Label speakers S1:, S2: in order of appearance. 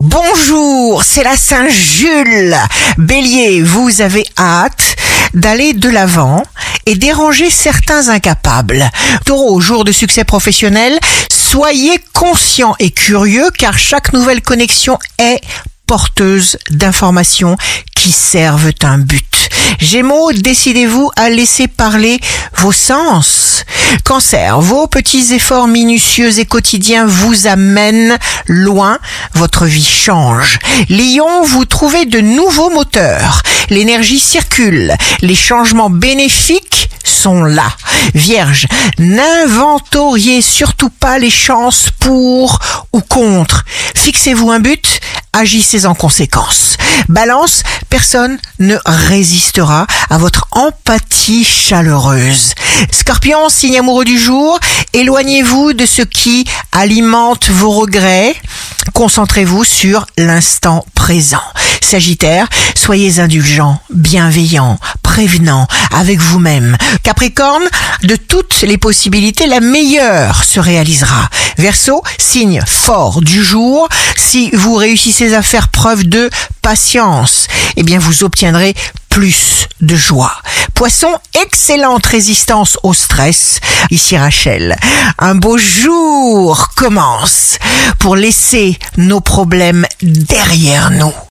S1: Bonjour, c'est la Saint-Jules. Bélier, vous avez hâte d'aller de l'avant et déranger certains incapables. Taureau, jour de succès professionnel, soyez conscient et curieux car chaque nouvelle connexion est porteuse d'informations qui servent un but. Gémeaux, décidez-vous à laisser parler vos sens. Cancer, vos petits efforts minutieux et quotidiens vous amènent loin, votre vie change. Lion, vous trouvez de nouveaux moteurs. L'énergie circule, les changements bénéfiques sont là. Vierge, n'inventoriez surtout pas les chances pour ou contre. Fixez-vous un but, agissez en conséquence. Balance, personne ne résistera à votre empathie chaleureuse. Scorpion, signe amoureux du jour, éloignez-vous de ce qui alimente vos regrets. Concentrez-vous sur l'instant présent. Sagittaire, soyez indulgent, bienveillant, prévenant avec vous-même. Capricorne, de toutes les possibilités, la meilleure se réalisera. Verseau, signe fort du jour, si vous réussissez à faire preuve de patience, eh bien vous obtiendrez plus de joie. Poisson, excellente résistance au stress. Ici Rachel, un beau jour commence pour laisser nos problèmes derrière nous.